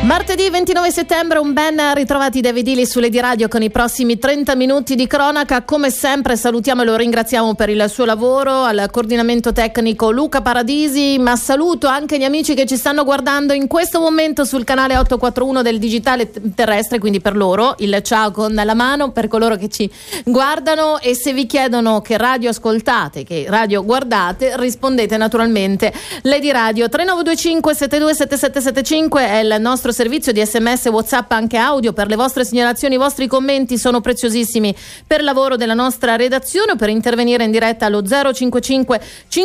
Martedì 29 settembre, un ben ritrovati David Dili su Lady Radio con i prossimi 30 minuti di cronaca. Come sempre salutiamo e lo ringraziamo per il suo lavoro al coordinamento tecnico Luca Paradisi, ma saluto anche gli amici che ci stanno guardando in questo momento sul canale 841 del digitale terrestre, quindi per loro il ciao con la mano per coloro che ci guardano, e se vi chiedono che radio ascoltate, che radio guardate, rispondete naturalmente Lady Radio. 3925 727775 è il nostro servizio di SMS, WhatsApp, anche audio per le vostre segnalazioni. I vostri commenti sono preziosissimi per il lavoro della nostra redazione o per intervenire in diretta allo 055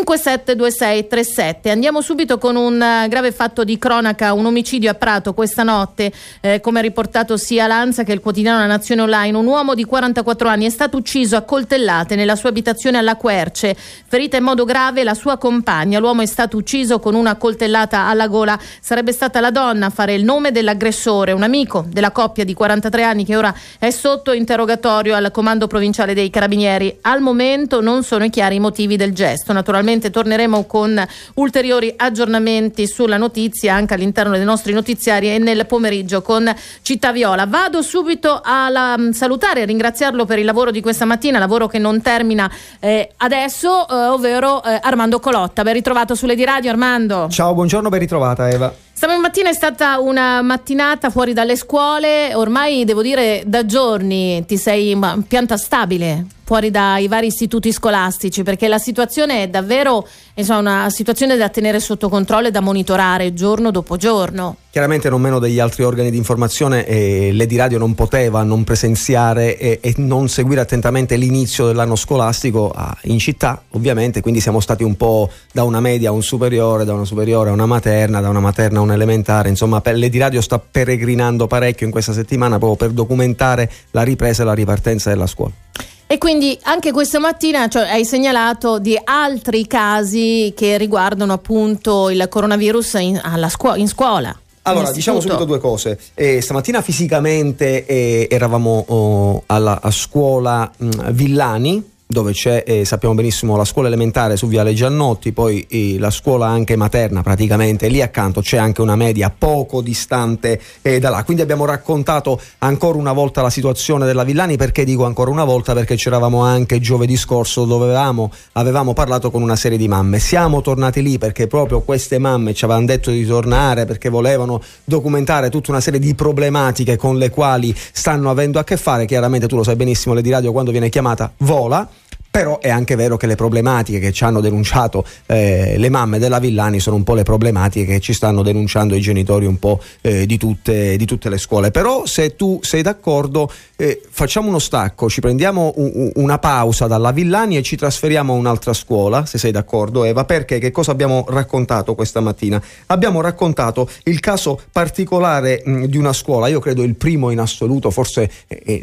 572637. Andiamo subito con un grave fatto di cronaca, un omicidio a Prato questa notte, come riportato sia l'Ansa che il quotidiano La Nazione Online. Un uomo di 44 anni è stato ucciso a coltellate nella sua abitazione alla Querce, ferita in modo grave la sua compagna. L'uomo è stato ucciso con una coltellata alla gola. Sarebbe stata la donna a fare il nome dell'aggressore, un amico della coppia di 43 anni che ora è sotto interrogatorio al comando provinciale dei Carabinieri. Al momento non sono chiari i motivi del gesto. Naturalmente torneremo con ulteriori aggiornamenti sulla notizia anche all'interno dei nostri notiziari e nel pomeriggio con Città Viola. Vado subito a salutare e ringraziarlo per il lavoro di questa mattina, lavoro che non termina adesso, ovvero Armando Colotta. Ben ritrovato su Lady Radio, Armando. Ciao, buongiorno, ben ritrovata Eva. Stamattina è stata una mattinata fuori dalle scuole, ormai devo dire da giorni ti sei pianta stabile fuori dai vari istituti scolastici, perché la situazione è davvero una situazione da tenere sotto controllo e da monitorare giorno dopo giorno. Chiaramente non meno degli altri organi di informazione, Lady Radio non poteva non presenziare e non seguire attentamente l'inizio dell'anno scolastico in città, ovviamente, quindi siamo stati un po' da una media a un superiore, da una superiore a una materna, da una materna a un elementare. Insomma, Lady Radio sta peregrinando parecchio in questa settimana proprio per documentare la ripresa e la ripartenza della scuola. E quindi anche questa mattina hai segnalato di altri casi che riguardano appunto il coronavirus in scuola. Allora, diciamo subito due cose. Stamattina fisicamente eravamo a scuola Villani, dove c'è, sappiamo benissimo, la scuola elementare su Viale Giannotti, poi la scuola anche materna praticamente lì accanto, c'è anche una media poco distante da là. Quindi abbiamo raccontato ancora una volta la situazione della Villani. Perché dico ancora una volta? Perché c'eravamo anche giovedì scorso, dove avevamo parlato con una serie di mamme. Siamo tornati lì perché proprio queste mamme ci avevano detto di tornare perché volevano documentare tutta una serie di problematiche con le quali stanno avendo a che fare. Chiaramente tu lo sai benissimo, Lady Radio quando viene chiamata vola. Però è anche vero che le problematiche che ci hanno denunciato le mamme della Villani sono un po' le problematiche che ci stanno denunciando i genitori un po' di tutte le scuole. Però se tu sei d'accordo facciamo uno stacco, ci prendiamo una pausa dalla Villani e ci trasferiamo a un'altra scuola, se sei d'accordo Eva, perché che cosa abbiamo raccontato questa mattina? Abbiamo raccontato il caso particolare di una scuola, io credo il primo in assoluto forse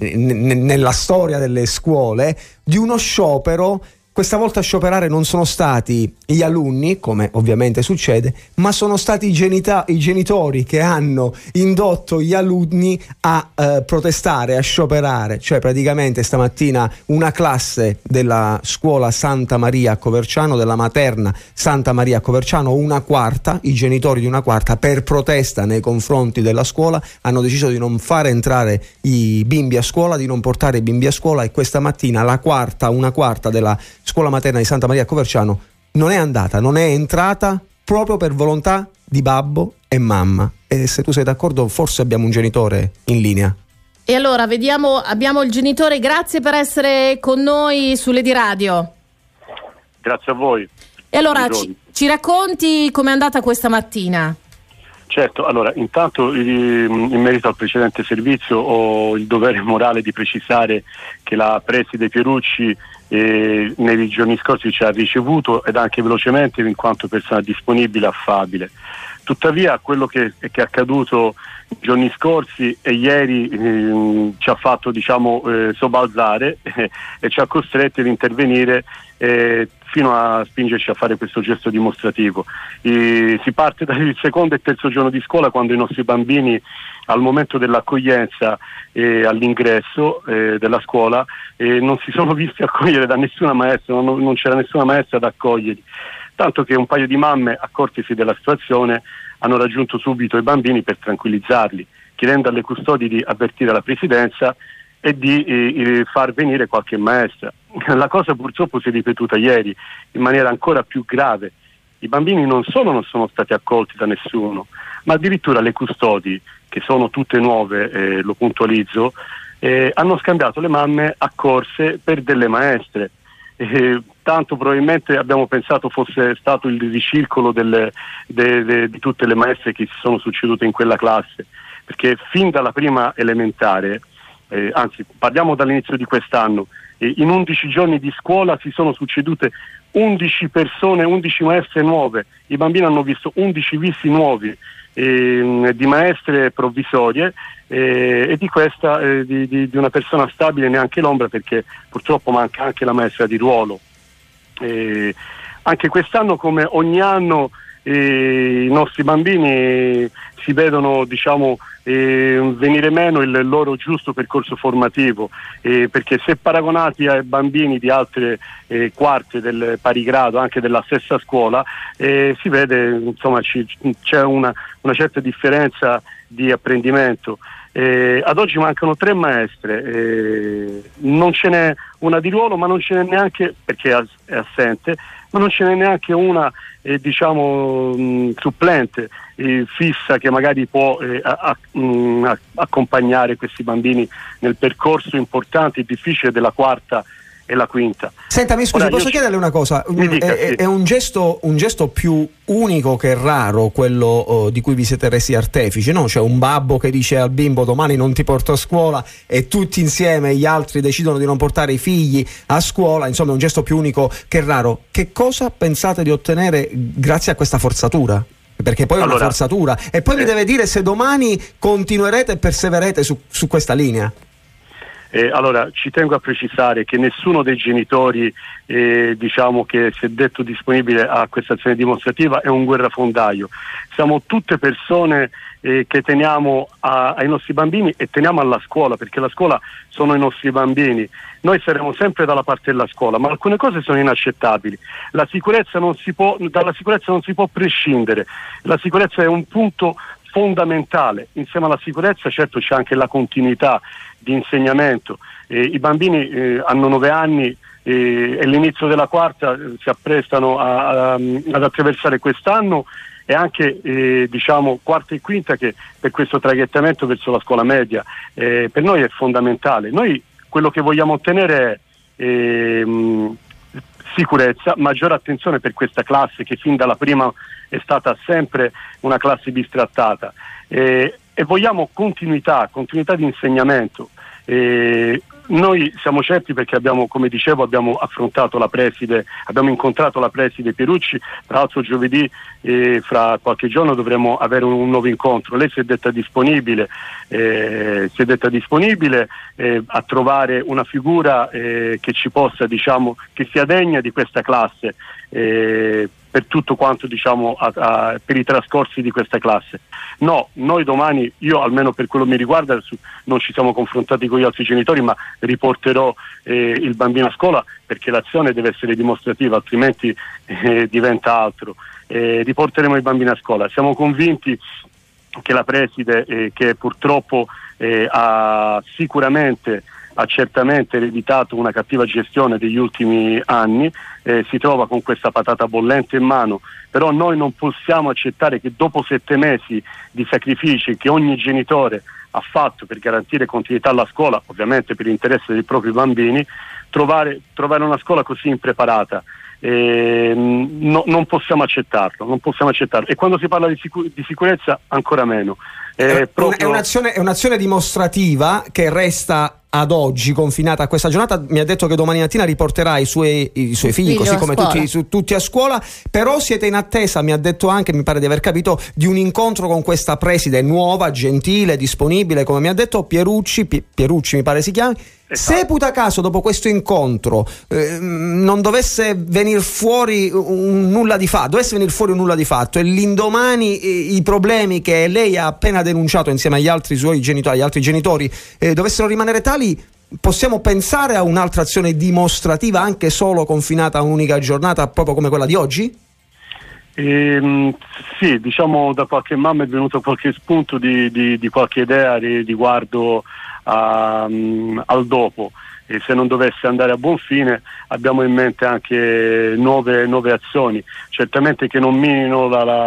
nella storia delle scuole, di uno sciopero. Questa volta a scioperare non sono stati gli alunni, come ovviamente succede, ma sono stati i genitori che hanno indotto gli alunni a protestare, a scioperare. Cioè praticamente stamattina una classe della scuola Santa Maria a Coverciano, della materna Santa Maria a Coverciano, i genitori di una quarta, per protesta nei confronti della scuola, hanno deciso di non fare entrare i bimbi a scuola, di non portare i bimbi a scuola, e questa mattina una quarta della scuola materna di Santa Maria a Coverciano non è entrata proprio per volontà di babbo e mamma. E se tu sei d'accordo forse abbiamo un genitore in linea. E allora abbiamo il genitore. Grazie per essere con noi su Lady Radio. Grazie a voi. E allora ci racconti com'è andata questa mattina? Certo, allora intanto in merito al precedente servizio ho il dovere morale di precisare che la preside Pierucci nei giorni scorsi ci ha ricevuto, ed anche velocemente, in quanto persona disponibile e affabile. Tuttavia quello che è accaduto nei giorni scorsi e ieri ci ha fatto sobbalzare e ci ha costretti ad intervenire fino a spingerci a fare questo gesto dimostrativo. Si parte dal secondo e terzo giorno di scuola, quando i nostri bambini al momento dell'accoglienza all'ingresso della scuola non si sono visti accogliere da nessuna maestra, non c'era nessuna maestra ad accoglierli, tanto che un paio di mamme, accortisi della situazione, hanno raggiunto subito i bambini per tranquillizzarli, chiedendo alle custodi di avvertire la presidenza e di far venire qualche maestra. La cosa purtroppo si è ripetuta ieri in maniera ancora più grave. I bambini non solo non sono stati accolti da nessuno, ma addirittura le custodi, che sono tutte nuove, lo puntualizzo, hanno scambiato le mamme accorse per delle maestre. Tanto probabilmente abbiamo pensato fosse stato il ricircolo di tutte le maestre che si sono succedute in quella classe, perché fin dalla prima elementare, anzi parliamo dall'inizio di quest'anno, in 11 giorni di scuola si sono succedute 11 persone, 11 maestre nuove. I bambini hanno visto 11 visi nuovi di maestre provvisorie e di questa di una persona stabile neanche l'ombra, perché purtroppo manca anche la maestra di ruolo. Anche quest'anno, come ogni anno, i nostri bambini si vedono, diciamo, venire meno il loro giusto percorso formativo, perché se paragonati ai bambini di altre quarte del pari grado, anche della stessa scuola, si vede, insomma, c'è una certa differenza di apprendimento. Ad oggi mancano 3 maestre, non ce n'è una di ruolo, ma non ce n'è neanche, perché è assente, ma non ce n'è neanche una supplente, fissa, che magari può accompagnare questi bambini nel percorso importante e difficile della quarta e la quinta. Senta, mi scusi, posso chiederle una cosa? È un gesto più unico che raro quello di cui vi siete resi artefici, no? C'è un babbo che dice al bimbo: domani non ti porto a scuola, e tutti insieme gli altri decidono di non portare i figli a scuola. Insomma, è un gesto più unico che raro. Che cosa pensate di ottenere grazie a questa forzatura? Perché poi è una forzatura. E poi mi deve dire se domani continuerete e perseverete su questa linea. Allora, ci tengo a precisare che nessuno dei genitori diciamo che si è detto disponibile a questa azione dimostrativa è un guerrafondaio. Siamo tutte persone che teniamo ai nostri bambini e teniamo alla scuola, perché la scuola sono i nostri bambini. Noi saremo sempre dalla parte della scuola, ma alcune cose sono inaccettabili. Dalla sicurezza non si può prescindere. La sicurezza è un punto fondamentale. Insieme alla sicurezza, certo, c'è anche la continuità di insegnamento. I bambini hanno 9 anni e all'inizio della quarta si apprestano ad attraversare quest'anno e anche diciamo quarta e quinta, che per questo traghettamento verso la scuola media per noi è fondamentale. Noi quello che vogliamo ottenere è sicurezza, maggiore attenzione per questa classe che fin dalla prima è stata sempre una classe bistrattata, e vogliamo continuità di insegnamento. Noi siamo certi, perché abbiamo affrontato la preside, abbiamo incontrato la preside Pierucci. Tra l'altro giovedì, fra qualche giorno, dovremo avere un nuovo incontro. Lei si è detta disponibile a trovare una figura che ci possa, diciamo, che sia degna di questa classe, per tutto quanto, diciamo, per i trascorsi di questa classe. No, noi domani, io almeno per quello mi riguarda, non ci siamo confrontati con gli altri genitori, ma riporterò il bambino a scuola, perché l'azione deve essere dimostrativa, altrimenti diventa altro. Riporteremo i bambini a scuola. Siamo convinti che la preside, che purtroppo ha certamente ereditato una cattiva gestione degli ultimi anni, si trova con questa patata bollente in mano. Però noi non possiamo accettare che dopo 7 mesi di sacrifici che ogni genitore ha fatto per garantire continuità alla scuola, ovviamente per l'interesse dei propri bambini, trovare una scuola così impreparata. Non possiamo accettarlo. E quando si parla di sicurezza ancora meno. È un'azione dimostrativa che resta ad oggi confinata a questa giornata. Mi ha detto che domani mattina riporterà i suoi figli, così come tutti a scuola, però siete in attesa, mi ha detto anche, mi pare di aver capito, di un incontro con questa preside nuova, gentile, disponibile, come mi ha detto Pierucci mi pare si chiami. Se puta caso dopo questo incontro non dovesse venire fuori un nulla di fatto, e l'indomani i problemi che lei ha appena denunciato insieme agli altri genitori dovessero rimanere tali, possiamo pensare a un'altra azione dimostrativa, anche solo confinata a un'unica giornata, proprio come quella di oggi? Sì, diciamo da qualche mamma è venuto qualche spunto di qualche idea riguardo al dopo, e se non dovesse andare a buon fine abbiamo in mente anche nuove azioni, certamente che non minino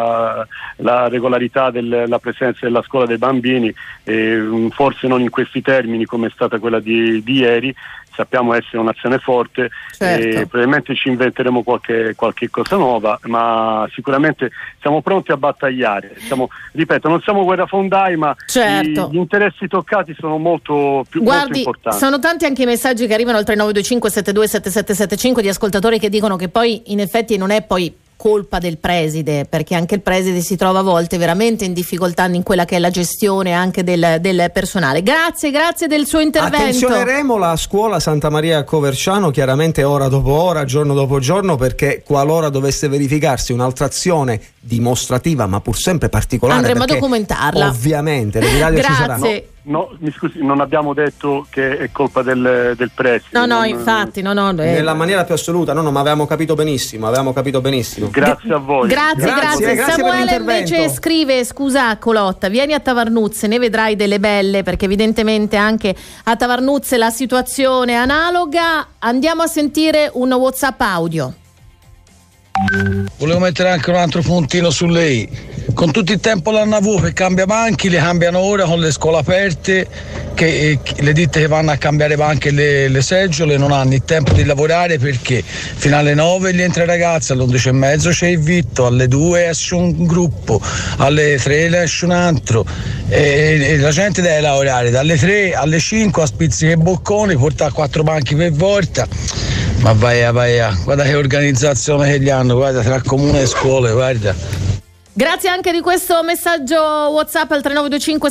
la regolarità della presenza della scuola dei bambini, forse non in questi termini come è stata quella di ieri. Sappiamo essere un'azione forte, certo. E probabilmente ci inventeremo qualche cosa nuova, ma sicuramente siamo pronti a battagliare. Ripeto, non siamo guerrafondai, ma certo. Gli interessi toccati sono molto importanti. Sono tanti anche i messaggi che arrivano al 3925 727775 di ascoltatori che dicono che poi in effetti non è poi colpa del preside, perché anche il preside si trova a volte veramente in difficoltà in quella che è la gestione anche del personale. Grazie del suo intervento. Attenzioneremo la scuola Santa Maria Coverciano chiaramente ora dopo ora, giorno dopo giorno, perché qualora dovesse verificarsi un'altra azione dimostrativa ma pur sempre particolare, andremo a documentarla, ovviamente. Grazie. Ci sarà. No, mi scusi, non abbiamo detto che è colpa del preside. No, infatti, no. Nella maniera più assoluta, ma avevamo capito benissimo. Grazie a voi. Grazie. Samuele invece scrive: scusa Colotta, vieni a Tavarnuzze, ne vedrai delle belle, perché evidentemente anche a Tavarnuzze la situazione è analoga. Andiamo a sentire un WhatsApp audio. Volevo mettere anche un altro puntino su lei. Con tutto il tempo l'hanno avuto per cambiare banchi, li cambiano ora con le scuole aperte, che le ditte che vanno a cambiare anche le seggiole non hanno il tempo di lavorare, perché fino alle 9 gli entra i ragazzi, alle 11:30 c'è il vitto, alle 2 esce un gruppo, alle 3 ne esce un altro, e la gente deve lavorare dalle 3 alle 5 a spizzichi e bocconi, portare 4 banchi per volta. Ma vai, guarda che organizzazione che gli hanno, guarda, tra comune e scuole, guarda. Grazie anche di questo messaggio WhatsApp al 3925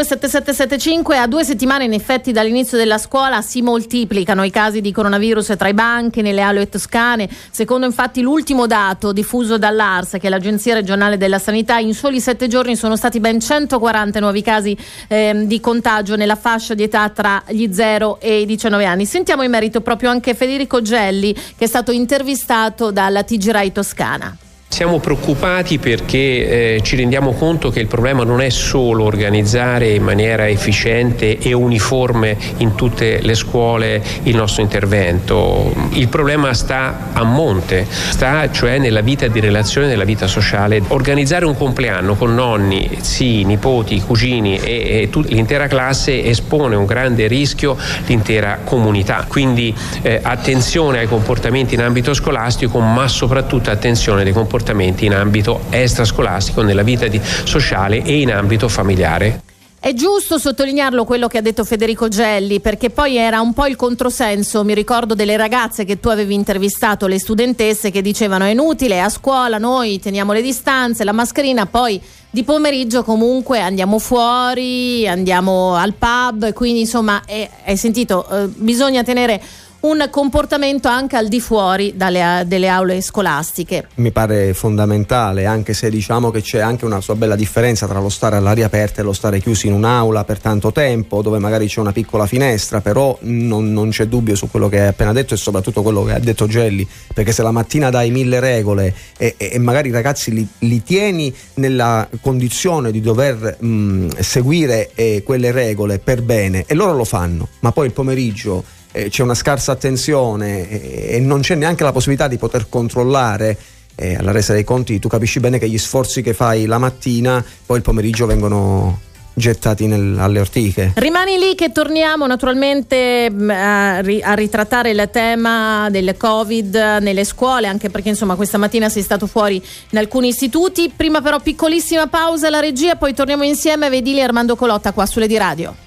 727775. A 2 settimane in effetti dall'inizio della scuola si moltiplicano i casi di coronavirus tra i banchi nelle aule toscane. Secondo infatti l'ultimo dato diffuso dall'ARS, che è l'Agenzia regionale della sanità, in soli 7 giorni sono stati ben 140 nuovi casi di contagio nella fascia di età tra gli 0 e i 19 anni. Sentiamo in merito proprio anche Federico Gelli, che è stato intervistato dalla TG Rai Toscana. Siamo preoccupati perché ci rendiamo conto che il problema non è solo organizzare in maniera efficiente e uniforme in tutte le scuole il nostro intervento. Il problema sta a monte, sta cioè nella vita di relazione, nella vita sociale. Organizzare un compleanno con nonni, zii, nipoti, cugini e l'intera classe espone un grande rischio l'intera comunità. Quindi attenzione ai comportamenti in ambito scolastico, ma soprattutto attenzione ai comportamenti in ambito extrascolastico, nella vita sociale e in ambito familiare. È giusto sottolinearlo quello che ha detto Federico Gelli, perché poi era un po' il controsenso. Mi ricordo delle ragazze che tu avevi intervistato, le studentesse, che dicevano: è inutile, a scuola noi teniamo le distanze, la mascherina, poi di pomeriggio comunque andiamo fuori, andiamo al pub, quindi insomma hai sentito, bisogna tenere un comportamento anche al di fuori delle aule scolastiche. Mi pare fondamentale, anche se diciamo che c'è anche una sua bella differenza tra lo stare all'aria aperta e lo stare chiusi in un'aula per tanto tempo, dove magari c'è una piccola finestra, però non c'è dubbio su quello che hai appena detto e soprattutto quello che ha detto Gelli, perché se la mattina dai 1000 regole e magari i ragazzi li tieni nella condizione di dover seguire quelle regole per bene, e loro lo fanno, ma poi il pomeriggio c'è una scarsa attenzione e non c'è neanche la possibilità di poter controllare alla resa dei conti, tu capisci bene che gli sforzi che fai la mattina poi il pomeriggio vengono gettati alle ortiche. Rimani lì che torniamo naturalmente a ritrattare il tema del Covid nelle scuole, anche perché insomma questa mattina sei stato fuori in alcuni istituti. Prima però piccolissima pausa alla regia, poi torniamo insieme a Vedili e Armando Colotta qua sulle di Radio.